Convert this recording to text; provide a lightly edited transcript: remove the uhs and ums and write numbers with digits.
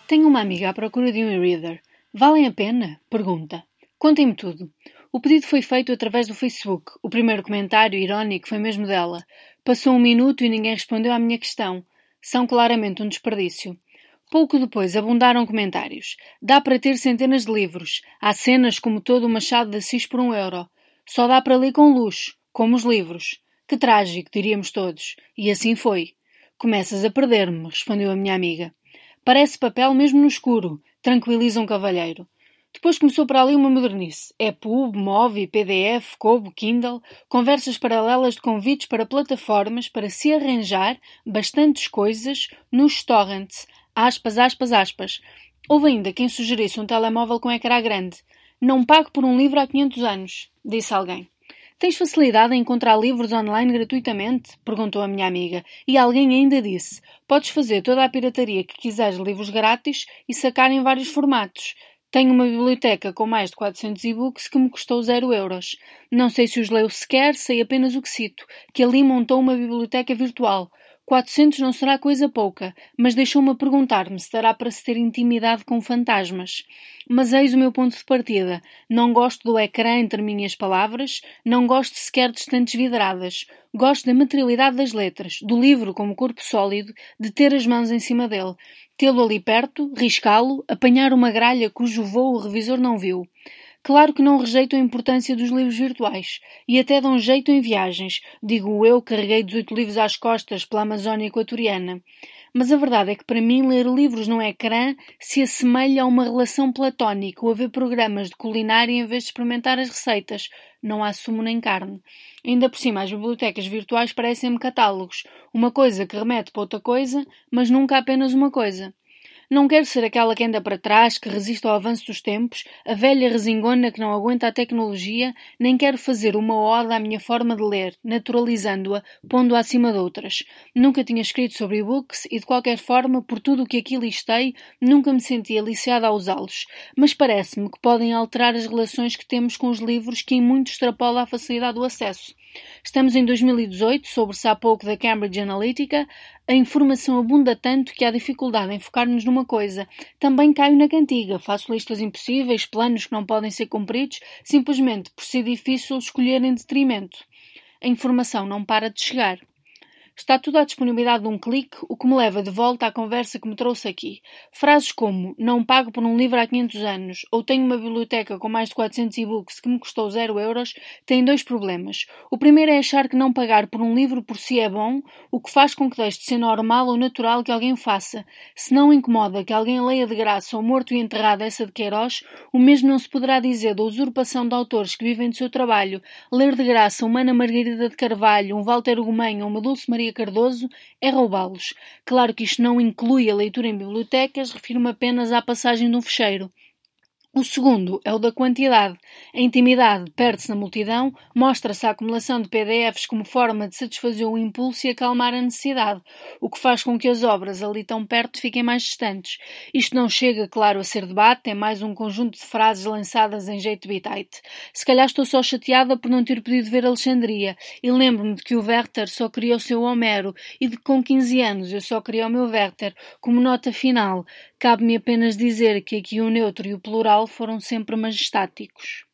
Tenho uma amiga à procura de um e-reader. Valem a pena? Pergunta. Contem-me tudo. O pedido foi feito através do Facebook. O primeiro comentário, irónico, foi mesmo dela. Passou 1 minuto e ninguém respondeu à minha questão. São claramente um desperdício. Pouco depois abundaram comentários. Dá para ter centenas de livros. Há cenas como todo o Machado de Assis por €1. Só dá para ler com luxo, como os livros. Que trágico, diríamos todos. E assim foi. Começas a perder-me, respondeu a minha amiga. Parece papel mesmo no escuro, tranquiliza um cavalheiro. Depois começou para ali uma modernice. EPUB, MOVI, PDF, Kobo, Kindle, conversas paralelas de convites para plataformas para se arranjar bastantes coisas nos torrents. Aspas, aspas, aspas. Houve ainda quem sugerisse um telemóvel com ecrã grande. Não pago por um livro há 500 anos, disse alguém. Tens facilidade em encontrar livros online gratuitamente? Perguntou a minha amiga. E alguém ainda disse, podes fazer toda a pirataria que quiseres de livros grátis e sacar em vários formatos. Tenho uma biblioteca com mais de 400 e-books que me custou €0. Não sei se os leio sequer, sei apenas o que cito, que ali montou uma biblioteca virtual. 400 não será coisa pouca, mas deixou-me a perguntar-me se dará para se ter intimidade com fantasmas. Mas eis o meu ponto de partida. Não gosto do ecrã entre minhas palavras, não gosto sequer de estantes vidradas. Gosto da materialidade das letras, do livro como corpo sólido, de ter as mãos em cima dele, tê-lo ali perto, riscá-lo, apanhar uma gralha cujo voo o revisor não viu. Claro que não rejeito a importância dos livros virtuais, e até dão jeito em viagens, digo eu, carreguei 18 livros às costas pela Amazónia Equatoriana. Mas a verdade é que para mim ler livros num ecrã se assemelha a uma relação platónica ou a ver programas de culinária em vez de experimentar as receitas. Não há sumo nem carne. Ainda por cima, as bibliotecas virtuais parecem-me catálogos, uma coisa que remete para outra coisa, mas nunca apenas uma coisa. Não quero ser aquela que anda para trás, que resiste ao avanço dos tempos, a velha resingona que não aguenta a tecnologia, nem quero fazer uma ode à minha forma de ler, naturalizando-a, pondo-a acima de outras. Nunca tinha escrito sobre e-books e, de qualquer forma, por tudo o que aqui listei, nunca me senti aliciada a usá-los. Mas parece-me que podem alterar as relações que temos com os livros, que em muito extrapola a facilidade do acesso. Estamos em 2018, soube-se há pouco da Cambridge Analytica, a informação abunda tanto que há dificuldade em focar-nos numa coisa. Também caio na cantiga, faço listas impossíveis, planos que não podem ser cumpridos, simplesmente por ser difícil escolher em detrimento. A informação não para de chegar. Está tudo à disponibilidade de um clique, o que me leva de volta à conversa que me trouxe aqui. Frases como, não pago por um livro há 500 anos, ou tenho uma biblioteca com mais de 400 e-books que me custou €0, têm dois problemas. O primeiro é achar que não pagar por um livro por si é bom, o que faz com que deixe de ser normal ou natural que alguém faça. Se não incomoda que alguém leia de graça ou morto e enterrado essa de Queiroz, o mesmo não se poderá dizer da usurpação de autores que vivem do seu trabalho. Ler de graça uma Ana Margarida de Carvalho, um Walter Gomenha ou uma Dulce Maria Cardoso é roubá-los. Claro que isto não inclui a leitura em bibliotecas, refiro-me apenas à passagem de um fecheiro. O segundo é o da quantidade. A intimidade perde-se na multidão, mostra-se a acumulação de PDFs como forma de satisfazer o impulso e acalmar a necessidade, o que faz com que as obras ali tão perto fiquem mais distantes. Isto não chega, claro, a ser debate, é mais um conjunto de frases lançadas em jeito de bitite. Se calhar estou só chateada por não ter podido ver Alexandria, e lembro-me de que o Werther só queria o seu Homero, e de que com 15 anos eu só queria o meu Werther. Como nota final, cabe-me apenas dizer que aqui o neutro e o plural foram sempre majestáticos.